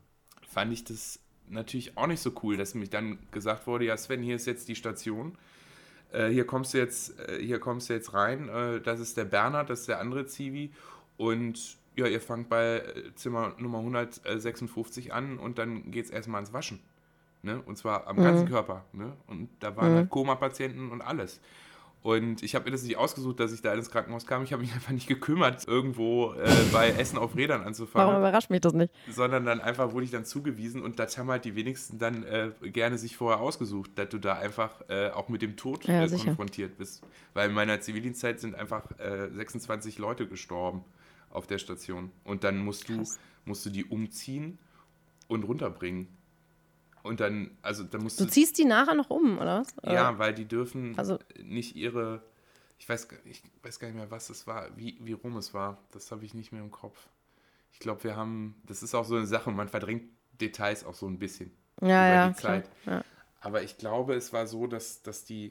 fand ich das natürlich auch nicht so cool, dass mich dann gesagt wurde, ja Sven, hier ist jetzt die Station, äh, hier kommst du jetzt, äh, hier kommst du jetzt rein, äh, das ist der Bernhard, das ist der andere Zivi und ja, ihr fangt bei äh, Zimmer Nummer hundertsechsundfünfzig an und dann geht es erstmal ans Waschen. Ne? Und zwar am ganzen Körper. Ne? Und da waren halt Koma-Patienten und alles. Und ich habe mir das nicht ausgesucht, dass ich da ins Krankenhaus kam. Ich habe mich einfach nicht gekümmert, irgendwo äh, bei Essen auf Rädern anzufangen. Warum überrascht mich das nicht? Sondern dann einfach wurde ich dann zugewiesen und das haben halt die wenigsten dann äh, gerne sich vorher ausgesucht, dass du da einfach äh, auch mit dem Tod Ja, äh, sicher. konfrontiert bist. Weil in meiner Zivildienstzeit sind einfach äh, sechsundzwanzig Leute gestorben auf der Station. Und dann musst du, musst du die umziehen und runterbringen. Und dann, also dann musst Du ziehst die nachher noch um, oder was? ja, weil die dürfen Also- nicht ihre, ich weiß, gar- ich weiß gar nicht mehr, was es war, wie, wie rum es war. Das habe ich nicht mehr im Kopf. Ich glaube, wir haben, das ist auch so eine Sache, man verdrängt Details auch so ein bisschen Ja, über ja, die klar. Zeit. Ja. Aber ich glaube, es war so, dass, dass die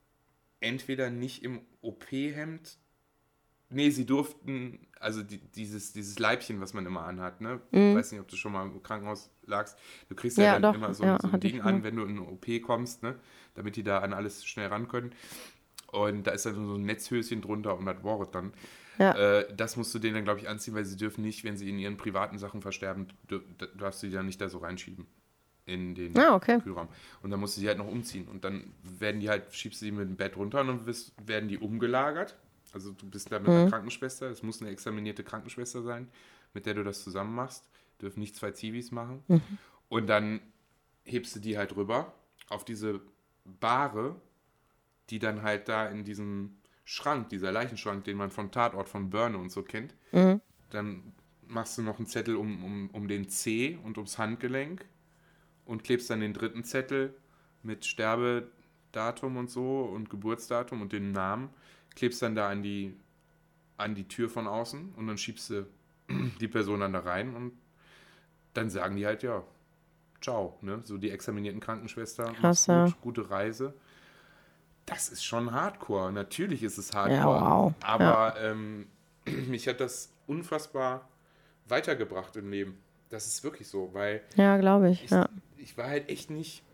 entweder nicht im O P-Hemd, nee, sie durften, also die, dieses, dieses Leibchen, was man immer anhat, ne? Ich weiß nicht, ob du schon mal im Krankenhaus lagst. Du kriegst ja, Ja, dann doch. immer so, Ja, so ein hatte ich Ding schon. an, wenn du in eine O P kommst, ne? Damit die da an alles schnell ran können. Und da ist dann so ein Netzhöschen drunter und das Wort dann. Ja. Äh, das musst du denen dann, glaube ich, anziehen, weil sie dürfen nicht, wenn sie in ihren privaten Sachen versterben, dür- darfst du die dann nicht da so reinschieben in den Ah, okay. Kühlraum. Und dann musst du die halt noch umziehen. Und dann werden die halt, schiebst du die mit dem Bett runter und dann wirst, werden die umgelagert. Also du bist da mit einer Krankenschwester, es muss eine examinierte Krankenschwester sein, mit der du das zusammen machst. Dürfen nicht zwei Zivis machen. Und dann hebst du die halt rüber auf diese Bahre, die dann halt da in diesem Schrank, dieser Leichenschrank, den man vom Tatort von Börne und so kennt. Dann machst du noch einen Zettel um, um, um den Zeh und ums Handgelenk und klebst dann den dritten Zettel mit Sterbedatum und so und Geburtsdatum und den Namen, klebst dann da an die, an die Tür von außen und dann schiebst du die Person dann da rein und dann sagen die halt, ja, ciao, ne? So die examinierten Krankenschwester, Krass, mach's ja. gut, gute Reise. Das ist schon Hardcore, natürlich ist es Hardcore, Ja, wow. aber ähm, mich hat das unfassbar weitergebracht im Leben. Das ist wirklich so, weil Ja, glaube ich. ich, Ja. ich war halt echt nicht,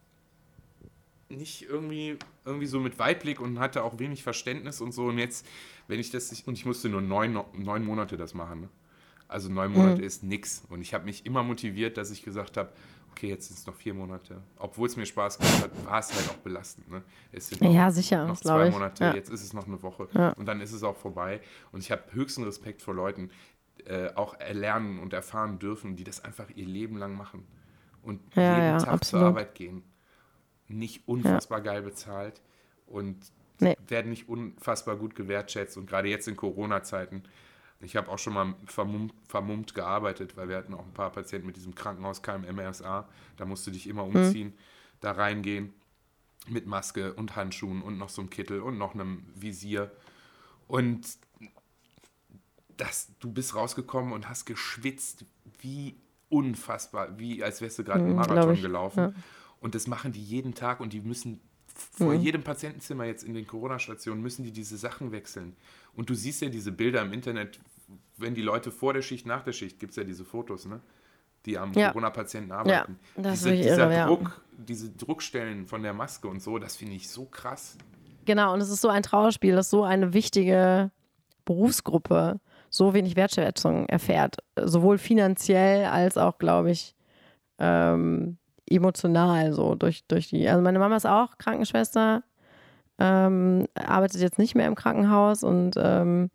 nicht irgendwie, irgendwie so mit Weitblick und hatte auch wenig Verständnis und so. Und jetzt, wenn ich das, und ich musste nur neun, neun Monate das machen. Ne? Also neun Monate ist nix. Und ich habe mich immer motiviert, dass ich gesagt habe, okay, jetzt sind es noch vier Monate. Obwohl es mir Spaß gemacht hat, war es halt auch belastend. Ne? Es sind noch, Ja, sicher, noch das glaub zwei ich. Monate, Ja. jetzt ist es noch eine Woche. Ja. Und dann ist es auch vorbei. Und ich habe höchsten Respekt vor Leuten, äh, auch erlernen und erfahren dürfen, die das einfach ihr Leben lang machen. Und Ja, jeden ja, Tag absolut. zur Arbeit gehen. Nicht unfassbar geil bezahlt und Nee. werden nicht unfassbar gut gewertschätzt. Und gerade jetzt in Corona-Zeiten, ich habe auch schon mal vermummt, vermummt gearbeitet, weil wir hatten auch ein paar Patienten mit diesem Krankenhaus K M M R S A. Da musst du dich immer umziehen, da reingehen mit Maske und Handschuhen und noch so einem Kittel und noch einem Visier. Und das, du bist rausgekommen und hast geschwitzt wie unfassbar, wie als wärst du gerade einen Mhm, glaub Marathon ich. gelaufen. Ja. Und das machen die jeden Tag und die müssen vor Mhm. jedem Patientenzimmer jetzt in den Corona-Stationen müssen die diese Sachen wechseln. Und du siehst ja diese Bilder im Internet, wenn die Leute vor der Schicht, nach der Schicht, gibt es ja diese Fotos, ne? Die am Ja. Corona-Patienten arbeiten. Ja, das ist Diese, wirklich dieser irre, ja. Druck, diese Druckstellen von der Maske und so, das finde ich so krass. Genau, und es ist so ein Trauerspiel, dass so eine wichtige Berufsgruppe so wenig Wertschätzung erfährt. Sowohl finanziell als auch, glaube ich, ähm, emotional so durch, durch die. Also meine Mama ist auch Krankenschwester, ähm, arbeitet jetzt nicht mehr im Krankenhaus und ähm,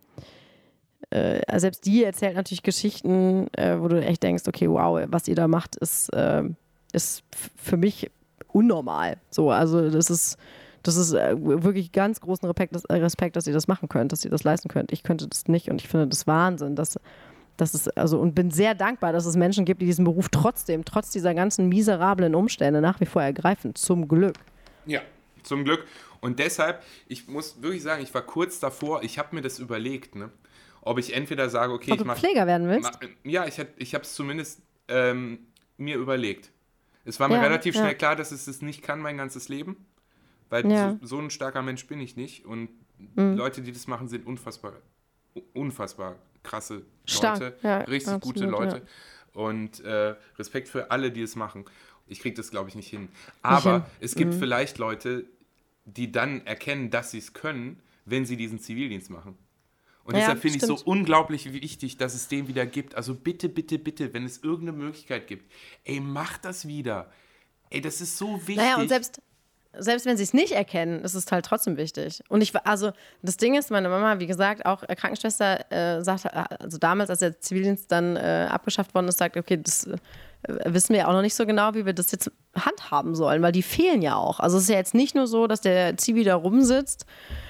äh, selbst die erzählt natürlich Geschichten, äh, wo du echt denkst, okay, wow, was ihr da macht, ist, äh, ist f- für mich unnormal. So, also das ist Das ist äh, wirklich ganz großen Respekt, dass, äh, Respekt, dass ihr das machen könnt, dass ihr das leisten könnt. Ich könnte das nicht und ich finde das Wahnsinn, dass, dass es, also und bin sehr dankbar, dass es Menschen gibt, die diesen Beruf trotzdem, trotz dieser ganzen miserablen Umstände nach wie vor ergreifen. Zum Glück. Ja, zum Glück. Und deshalb, ich muss wirklich sagen, ich war kurz davor, ich habe mir das überlegt, ne, ob ich entweder sage, okay, ob ich du mache... Pfleger werden willst? Mach, ja, ich, ich habe es zumindest ähm, mir überlegt. Es war mir Ja, relativ schnell ja. klar, dass es das nicht kann, mein ganzes Leben. Weil Ja. so, so ein starker Mensch bin ich nicht. Und Mhm. Leute, die das machen, sind unfassbar, unfassbar krasse Stark, Leute. ja, richtig absolut, gute Leute. ja. Und äh, Respekt für alle, die das machen. Ich kriege das, glaube ich, nicht hin. Aber hin. es gibt Mhm. vielleicht Leute, die dann erkennen, dass sie es können, wenn sie diesen Zivildienst machen. Und Ja, deshalb finde ich so stimmt. unglaublich wichtig, dass es den wieder gibt. Also bitte, bitte, bitte, wenn es irgendeine Möglichkeit gibt, ey, macht das wieder. Ey, das ist so wichtig. Naja, und selbst, selbst wenn sie es nicht erkennen, ist es halt trotzdem wichtig. Und ich, war- also das Ding ist, meine Mama, wie gesagt, auch äh, Krankenschwester, äh, sagt, also damals, als der Zivildienst dann äh, abgeschafft worden ist, sagt, okay, das äh, wissen wir ja auch noch nicht so genau, wie wir das jetzt handhaben sollen, weil die fehlen ja auch. Also es ist ja jetzt nicht nur so, dass der Zivi da rumsitzt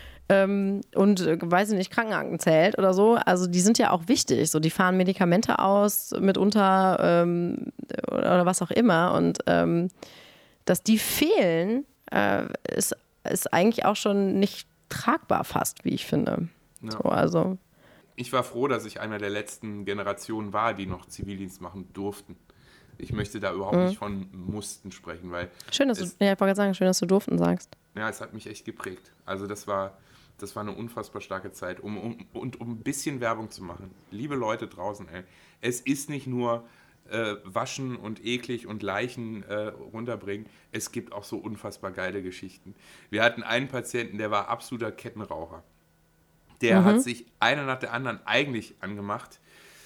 ähm, und, äh, weiß ich nicht, Krankenakten zählt oder so. Also die sind ja auch wichtig. So, die fahren Medikamente aus mitunter ähm, oder was auch immer. Und ähm, dass die fehlen, äh, ist, ist eigentlich auch schon nicht tragbar fast, wie ich finde. Ja. So, also, Ich war froh, dass ich einer der letzten Generationen war, die noch Zivildienst machen durften. Ich möchte da überhaupt Mhm. nicht von mussten sprechen, weil schön, dass du, es, ja, ich wollte gerade sagen, schön, dass du durften sagst. ja, es hat mich echt geprägt. Also das war, das war eine unfassbar starke Zeit. Um, um, und um ein bisschen Werbung zu machen. Liebe Leute draußen, ey, es ist nicht nur äh, waschen und eklig und Leichen äh, runterbringen. Es gibt auch so unfassbar geile Geschichten. Wir hatten einen Patienten, der war absoluter Kettenraucher. Der Mhm. hat sich eine nach der anderen eigentlich angemacht.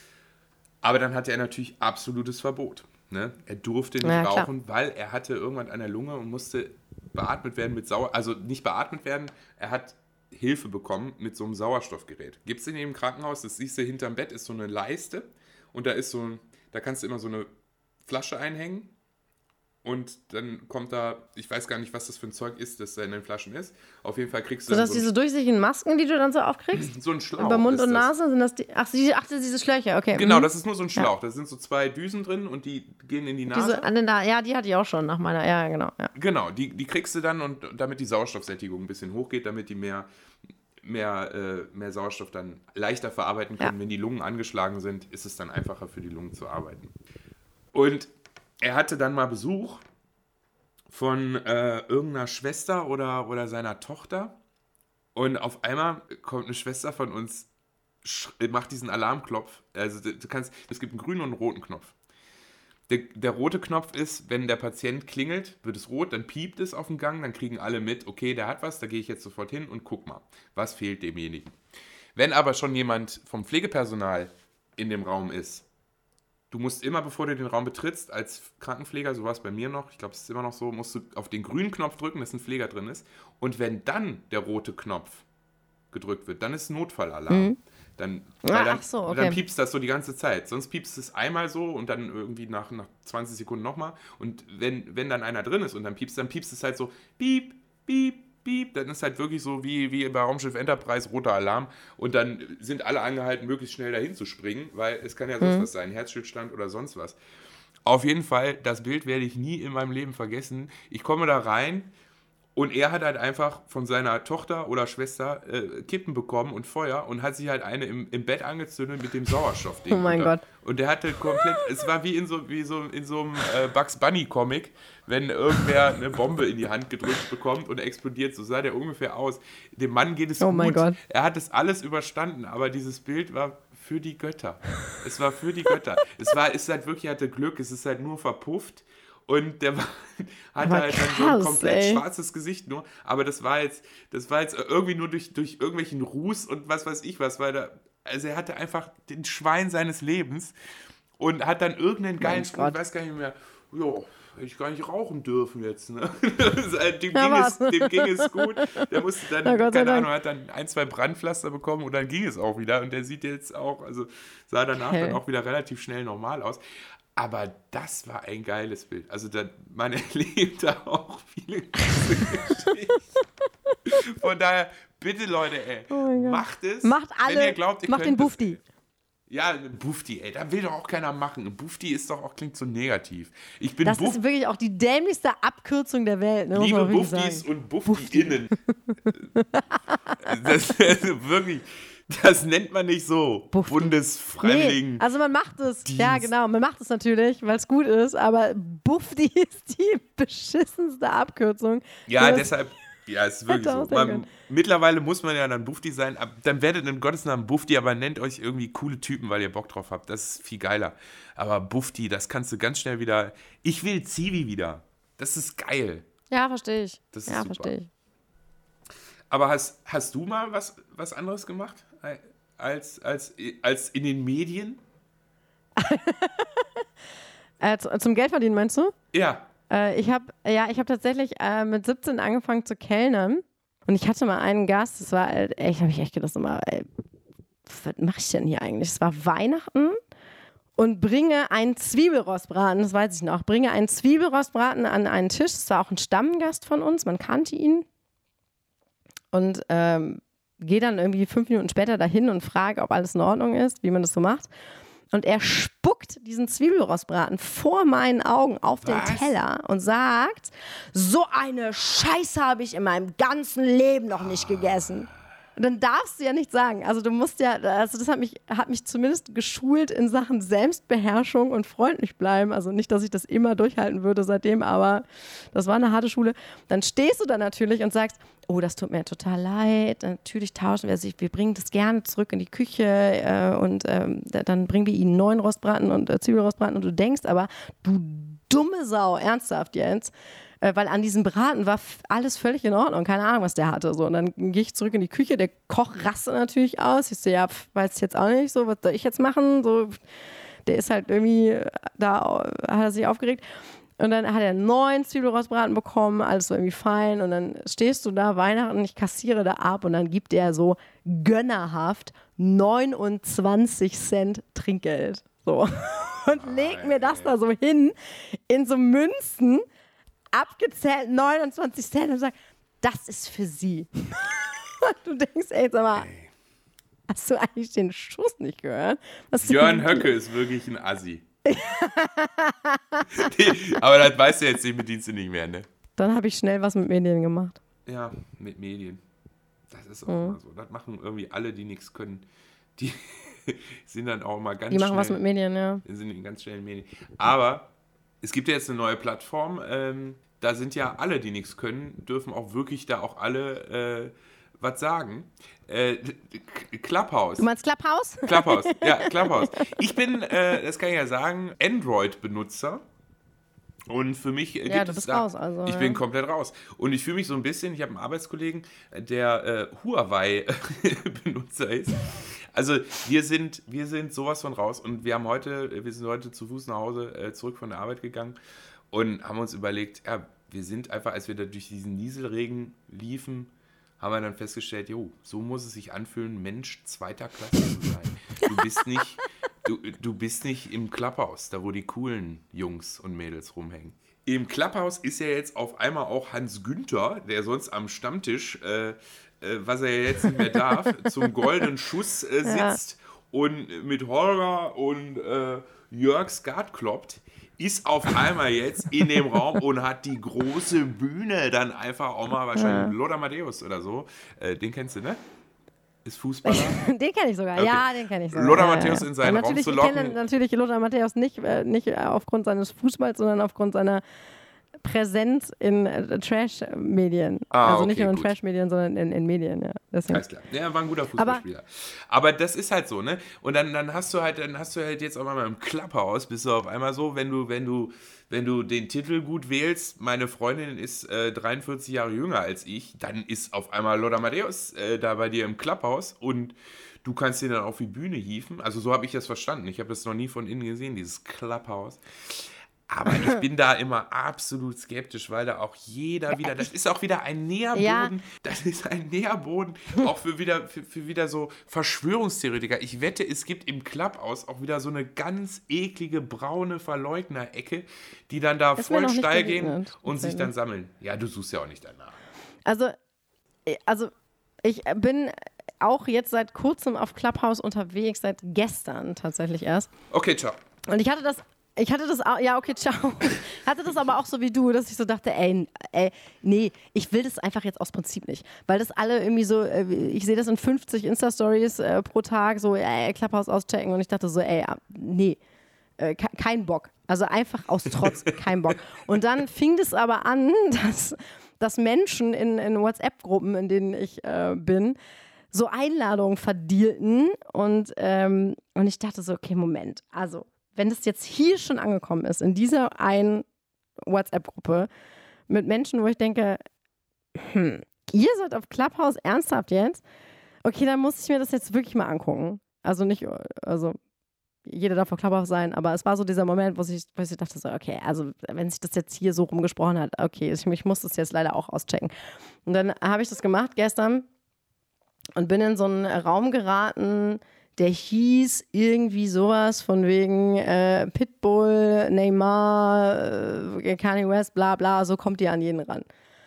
Aber dann hatte er natürlich absolutes Verbot. Ne? Er durfte nicht Ja, klar. rauchen, weil er hatte irgendwann an der Lunge und musste beatmet werden mit Sauer... Also nicht beatmet werden, er hat Hilfe bekommen mit so einem Sauerstoffgerät. Gibt es in jedem Krankenhaus, das siehst du hinterm Bett, ist so eine Leiste und da ist so ein, da kannst du immer so eine Flasche einhängen. Und dann kommt da, ich weiß gar nicht, was das für ein Zeug ist, das da in den Flaschen ist. Auf jeden Fall kriegst du So, dann dass so, diese durchsichtigen Masken, die du dann so aufkriegst? so einen Schlauch. Über Mund ist und das. Nase sind das die. Ach, diese, ach diese Schläuche, okay. Genau, mhm. das ist nur so ein Schlauch. Da sind so zwei Düsen drin und die gehen in die Nase. Diese, an den, Na- ja, die hatte ich auch schon nach meiner. Ja, genau. Ja. Genau, die, die kriegst du dann, und damit die Sauerstoffsättigung ein bisschen hochgeht, damit die mehr, mehr, äh, mehr Sauerstoff dann leichter verarbeiten können. Ja. Wenn die Lungen angeschlagen sind, ist es dann einfacher für die Lungen zu arbeiten. Und er hatte dann mal Besuch von äh, irgendeiner Schwester oder, oder seiner Tochter. Und auf einmal kommt eine Schwester von uns, sch- macht diesen Alarmklopf. Also du du kannst, es gibt einen grünen und einen roten Knopf. Der, der rote Knopf ist, wenn der Patient klingelt, wird es rot, dann piept es auf dem Gang, dann kriegen alle mit, okay, der hat was, da gehe ich jetzt sofort hin und guck mal, was fehlt demjenigen. Wenn aber schon jemand vom Pflegepersonal in dem Raum ist, du musst immer, bevor du den Raum betrittst, als Krankenpfleger, so war es bei mir noch, ich glaube, es ist immer noch so, musst du auf den grünen Knopf drücken, dass ein Pfleger drin ist. Und wenn dann der rote Knopf gedrückt wird, dann ist Notfallalarm. Mhm. Dann, Ah, weil dann, ach so, okay. dann piepst das so die ganze Zeit. Sonst piepst es einmal so und dann irgendwie nach, nach zwanzig Sekunden nochmal. Und wenn, wenn dann einer drin ist und dann piepst, dann piepst es halt so piep, piep, piep. Dann ist halt wirklich so wie, wie bei Raumschiff Enterprise roter Alarm. Und dann sind alle angehalten, möglichst schnell dahin zu springen, weil es kann ja sonst Mhm. was sein, Herzstillstand oder sonst was. Auf jeden Fall, das Bild werde ich nie in meinem Leben vergessen. Ich komme da rein und er hat halt einfach von seiner Tochter oder Schwester äh, Kippen bekommen und Feuer und hat sich halt eine im, im Bett angezündet mit dem Sauerstoffding. Oh mein und da, Gott. Und der hatte komplett, es war wie in so, wie so, in so einem äh, Bugs Bunny Comic, wenn irgendwer eine Bombe in die Hand gedrückt bekommt und explodiert, so sah der ungefähr aus. Dem Mann geht es Oh gut, mein Gott. er hat es alles überstanden, aber dieses Bild war für die Götter. Es war für die Götter. Es war, ist halt wirklich, er hatte Glück, es ist halt nur verpufft. Und der war, hatte Aber halt dann so krass, ein komplett ey. schwarzes Gesicht nur. Aber das war jetzt, das war jetzt irgendwie nur durch, durch irgendwelchen Ruß und was weiß ich was, weil da, also er hatte einfach den Schwein seines Lebens und hat dann irgendeinen geilen Mensch Spruch, ich Gott. weiß gar nicht mehr, ja, hätte ich gar nicht rauchen dürfen jetzt, ne? dem, Ja, ging was? es, dem ging es gut. Der musste dann, Na, Gott sei keine Dank. Ahnung, hat dann ein, zwei Brandpflaster bekommen und dann ging es auch wieder. Und der sieht jetzt auch, also sah danach Okay. dann auch wieder relativ schnell normal aus. Aber das war ein geiles Bild. Also da, man erlebt da auch viele krasse Geschichten. Von daher, bitte Leute, ey, Oh mein Gott. macht es. Macht wenn alle, ihr glaubt, ihr macht könnt den es. Bufti. Ja, ein Bufti, ey, da will doch auch keiner machen. Ein Bufti ist doch auch, klingt so negativ. Ich bin Das Buff, ist wirklich auch die dämlichste Abkürzung der Welt. Ne? muss liebe man wirklich Buftis sagen. und Bufti-Innen. Das, also wirklich, das nennt man nicht so. Bufti. Bundesfreiwilligen. Nee, also man macht es. Ja, Dienst. genau, man macht es natürlich, weil es gut ist, aber Bufti ist die beschissenste Abkürzung. Ja, Das- deshalb, ja, es ist wirklich Hätte so. auch sein Man, können. mittlerweile muss man ja dann Bufti sein, ab, dann werdet in Gottes Namen Bufti, aber nennt euch irgendwie coole Typen, weil ihr Bock drauf habt. Das ist viel geiler. Aber Bufti, das kannst du ganz schnell wieder. Ich will Zivi wieder. Das ist geil. Ja, verstehe ich. Das ist ja, super. verstehe ich. Aber hast, hast du mal was, was anderes gemacht als, als, als in den Medien? Äh, zu- zum Geldverdienen meinst du? Ja. Äh, ich habe ja, ich habe tatsächlich äh, mit siebzehn angefangen zu kellnern und ich hatte mal einen Gast, das war, halt, ey, ich habe ich echt gedacht, immer, ey, was mache ich denn hier eigentlich? Es war Weihnachten und bringe einen Zwiebelrostbraten, das weiß ich noch, bringe einen Zwiebelrostbraten an einen Tisch, das war auch ein Stammgast von uns, man kannte ihn und ähm, gehe dann irgendwie fünf Minuten später dahin und frage, ob alles in Ordnung ist, wie man das so macht. Und er spuckt diesen Zwiebelrostbraten vor meinen Augen auf den Was? Teller und sagt, so eine Scheiße habe ich in meinem ganzen Leben noch nicht gegessen. Und dann darfst du ja nicht sagen. Also du musst ja, also das hat mich, hat mich zumindest geschult in Sachen Selbstbeherrschung und freundlich bleiben. Also nicht, dass ich das immer durchhalten würde seitdem, aber das war eine harte Schule. Dann stehst du da natürlich und sagst, oh, das tut mir total leid. Natürlich tauschen wir sich, wir bringen das gerne zurück in die Küche äh, und ähm, da- dann bringen wir ihnen neuen Rostbraten und äh, Zwiebelrostbraten und du denkst aber, du dumme Sau, ernsthaft jetzt, äh, weil an diesem Braten war f- alles völlig in Ordnung, keine Ahnung, was der hatte. So. Und dann gehe ich zurück in die Küche, der Koch rastet natürlich aus. Ich so, ja, pf, weiß ich jetzt auch nicht, so, was soll ich jetzt machen? So, der ist halt irgendwie, äh, da äh, hat er sich aufgeregt. Und dann hat er einen neuen Zwiebelrostbraten bekommen, alles war irgendwie fein. Und dann stehst du da, Weihnachten, ich kassiere da ab und dann gibt der so gönnerhaft neunundzwanzig Cent Trinkgeld. So. Und legt mir das da so hin, in so Münzen, abgezählt neunundzwanzig Cent und sagt, das ist für sie. Und du denkst, ey, sag mal, hast du eigentlich den Schuss nicht gehört? Was ist Jörn denn- Höcke ist wirklich ein Assi. Die, aber das weißt du jetzt, den bedienst du nicht mehr, ne? Dann habe ich schnell was mit Medien gemacht. Ja, mit Medien. Das ist auch Mhm. immer so. Das machen irgendwie alle, die nichts können. Die sind dann auch mal ganz Die machen schnell. was mit Medien, ja. sind in ganz schnellen Medien. Aber es gibt ja jetzt eine neue Plattform. Ähm, da sind ja alle, die nichts können, dürfen auch wirklich da auch alle äh, was sagen. Äh, K- Clubhouse. Du meinst Clubhouse? Clubhouse, ja, Clubhouse. Ich bin, äh, das kann ich ja sagen, Android-Benutzer. Und für mich äh, gibt Ja, du es bist da, raus, also, ich ja. bin komplett raus. Und ich fühle mich so ein bisschen, ich habe einen Arbeitskollegen, der äh, Huawei-Benutzer ist. Also wir sind, wir sind sowas von raus und wir haben heute, wir sind heute zu Fuß nach Hause äh, zurück von der Arbeit gegangen und haben uns überlegt, ja, wir sind einfach, als wir da durch diesen Nieselregen liefen, haben wir dann festgestellt, jo, so muss es sich anfühlen, Mensch zweiter Klasse zu sein. Du bist nicht, du, du bist nicht im Clubhouse, da wo die coolen Jungs und Mädels rumhängen. Im Clubhouse ist ja jetzt auf einmal auch Hans Günther, der sonst am Stammtisch, äh, äh, was er jetzt nicht mehr darf, zum goldenen Schuss äh, sitzt und mit Holger und äh, Jörg Skat kloppt, ist auf einmal jetzt in dem Raum und hat die große Bühne dann einfach auch mal wahrscheinlich Lothar Matthäus oder so. Äh, den kennst du, ne? Ist Fußballer. Den kenne ich sogar, Okay. ja, den kenne ich sogar. Lothar ja, Matthäus ja. in seinen ja, Raum natürlich, zu ich locken. kenne natürlich Lothar Matthäus nicht, äh, nicht aufgrund seines Fußballs, sondern aufgrund seiner präsent in äh, Trash-Medien. Ah, also nicht okay, nur in gut. Trash-Medien, sondern in, in Medien, ja. Deswegen. Alles klar. Ja, war ein guter Fußballspieler. Aber, aber das ist halt so, ne? Und dann, dann hast du halt, dann hast du halt jetzt auch mal im Clubhouse, bist du auf einmal so, wenn du, wenn du, wenn du den Titel gut wählst, meine Freundin ist äh, dreiundvierzig Jahre jünger als ich, dann ist auf einmal Lothar Matthäus äh, da bei dir im Clubhouse und du kannst ihn dann auf die Bühne hieven. Also so habe ich das verstanden. Ich habe das noch nie von innen gesehen, dieses Clubhouse. Aber ich bin da immer absolut skeptisch, weil da auch jeder wieder, das ist auch wieder ein Nährboden, Ja. das ist ein Nährboden, auch für wieder, für, für wieder so Verschwörungstheoretiker. Ich wette, es gibt im Clubhouse auch wieder so eine ganz eklige, braune Verleugner-Ecke, die dann da Ist mir voll noch nicht steil gehen begegnet, und sich dann tatsächlich. sammeln. Ja, du suchst ja auch nicht danach. Also, äh, also ich bin auch jetzt seit kurzem auf Clubhouse unterwegs, seit gestern tatsächlich erst. Okay, ciao. Und ich hatte das, ich hatte das auch, ja, okay, ciao. Hatte das aber auch so wie du, dass ich so dachte, ey, ey, nee, ich will das einfach jetzt aus Prinzip nicht. Weil das alle irgendwie so, äh, ich sehe das in fünfzig Insta-Stories äh, pro Tag, so, ey, Clubhouse auschecken. Und ich dachte so, ey, nee, äh, ke- kein Bock. Also einfach aus Trotz, kein Bock. Und dann fing das aber an, dass, dass Menschen in, in WhatsApp-Gruppen, in denen ich äh, bin, so Einladungen verdealten. Und, ähm, und ich dachte so, okay, Moment, also wenn das jetzt hier schon angekommen ist, in dieser einen WhatsApp-Gruppe mit Menschen, wo ich denke, hm, ihr seid auf Clubhouse ernsthaft jetzt? Okay, dann muss ich mir das jetzt wirklich mal angucken. Also nicht, also jeder darf auf Clubhouse sein, aber es war so dieser Moment, wo ich, wo ich dachte so, okay, also wenn sich das jetzt hier so rumgesprochen hat, okay, ich, ich muss das jetzt leider auch auschecken. Und dann habe ich das gemacht gestern und bin in so einen Raum geraten, der hieß irgendwie sowas von wegen äh, Pitbull, Neymar, äh, Kanye West, bla bla, so kommt ihr an jeden ran.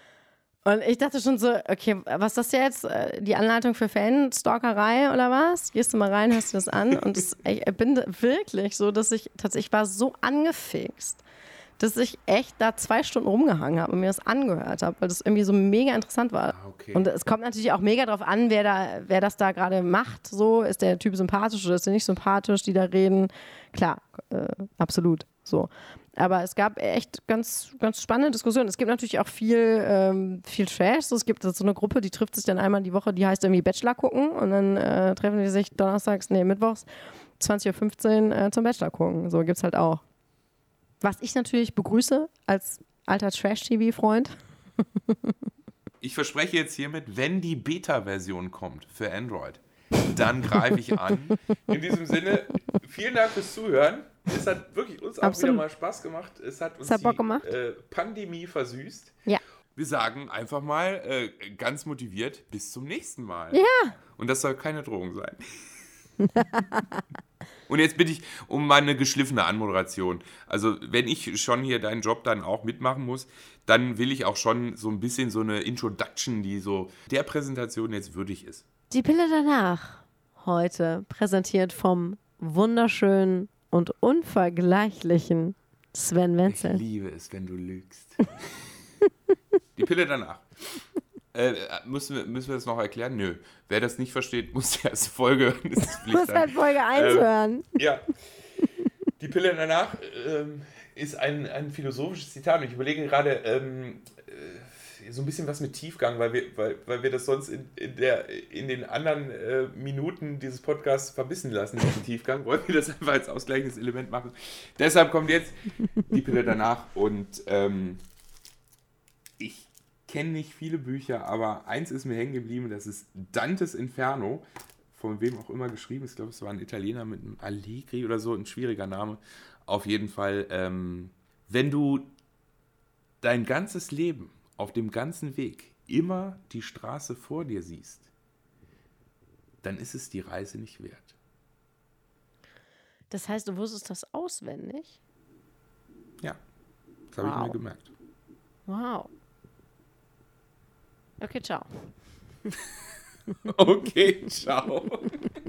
Und ich dachte schon so, okay, was ist das jetzt? Äh, Die Anleitung für Fan-Stalkerei oder was? Gehst du mal rein, hörst du das an? Und das, ich bin wirklich so, dass ich tatsächlich, ich war so angefixt, dass ich echt da zwei Stunden rumgehangen habe und mir das angehört habe, weil das irgendwie so mega interessant war. Ah, okay. Und es kommt natürlich auch mega drauf an, wer, da, wer das da gerade macht. So, ist der Typ sympathisch oder ist der nicht sympathisch, die da reden? Klar, äh, absolut. So. Aber es gab echt ganz, ganz spannende Diskussionen. Es gibt natürlich auch viel, ähm, viel Trash. So, es gibt so eine Gruppe, die trifft sich dann einmal die Woche, die heißt irgendwie Bachelor gucken und dann äh, treffen die sich donnerstags, nee, mittwochs, zwanzig Uhr fünfzehn äh, zum Bachelor gucken. So gibt's halt auch. Was ich natürlich begrüße als alter Trash-T V-Freund. Ich verspreche jetzt hiermit, wenn die Beta-Version kommt für Android, dann greife ich an. In diesem Sinne, vielen Dank fürs Zuhören. Es hat wirklich uns auch Absolut. wieder mal Spaß gemacht. Es hat uns Es hat Bock die gemacht. äh, Pandemie versüßt. Ja. Wir sagen einfach mal äh, ganz motiviert, bis zum nächsten Mal. Ja. Und das soll keine Drohung sein. Und jetzt bitte ich um meine geschliffene Anmoderation. Also wenn ich schon hier deinen Job dann auch mitmachen muss, dann will ich auch schon so ein bisschen so eine Introduction, die so der Präsentation jetzt würdig ist. Die Pille danach. Heute präsentiert vom wunderschönen und unvergleichlichen Sven Ich Wenzel. liebe es, wenn du lügst. Die Pille danach. Äh, müssen, wir, müssen wir das noch erklären? Nö. Wer das nicht versteht, muss die erste Folge hören. Das ist Pflicht Muss dann. halt Folge eins Ähm, hören. Ja. Die Pille danach ähm, ist ein, ein philosophisches Zitat. Und ich überlege gerade ähm, äh, so ein bisschen was mit Tiefgang, weil wir, weil, weil wir das sonst in, in, der, in den anderen äh, Minuten dieses Podcasts verbissen lassen, diesen Tiefgang. Wollen wir das einfach als ausgleichendes Element machen. Deshalb kommt jetzt die Pille danach. Und ähm, ich kenne nicht viele Bücher, aber eins ist mir hängen geblieben, das ist Dantes Inferno, von wem auch immer geschrieben. Ich glaube, es war ein Italiener mit einem Allegri oder so, ein schwieriger Name. Auf jeden Fall, ähm, wenn du dein ganzes Leben auf dem ganzen Weg immer die Straße vor dir siehst, dann ist es die Reise nicht wert. Das heißt, du wusstest das auswendig? Ja, das habe Wow. ich mir gemerkt. Wow. Okay, ciao. Okay, ciao.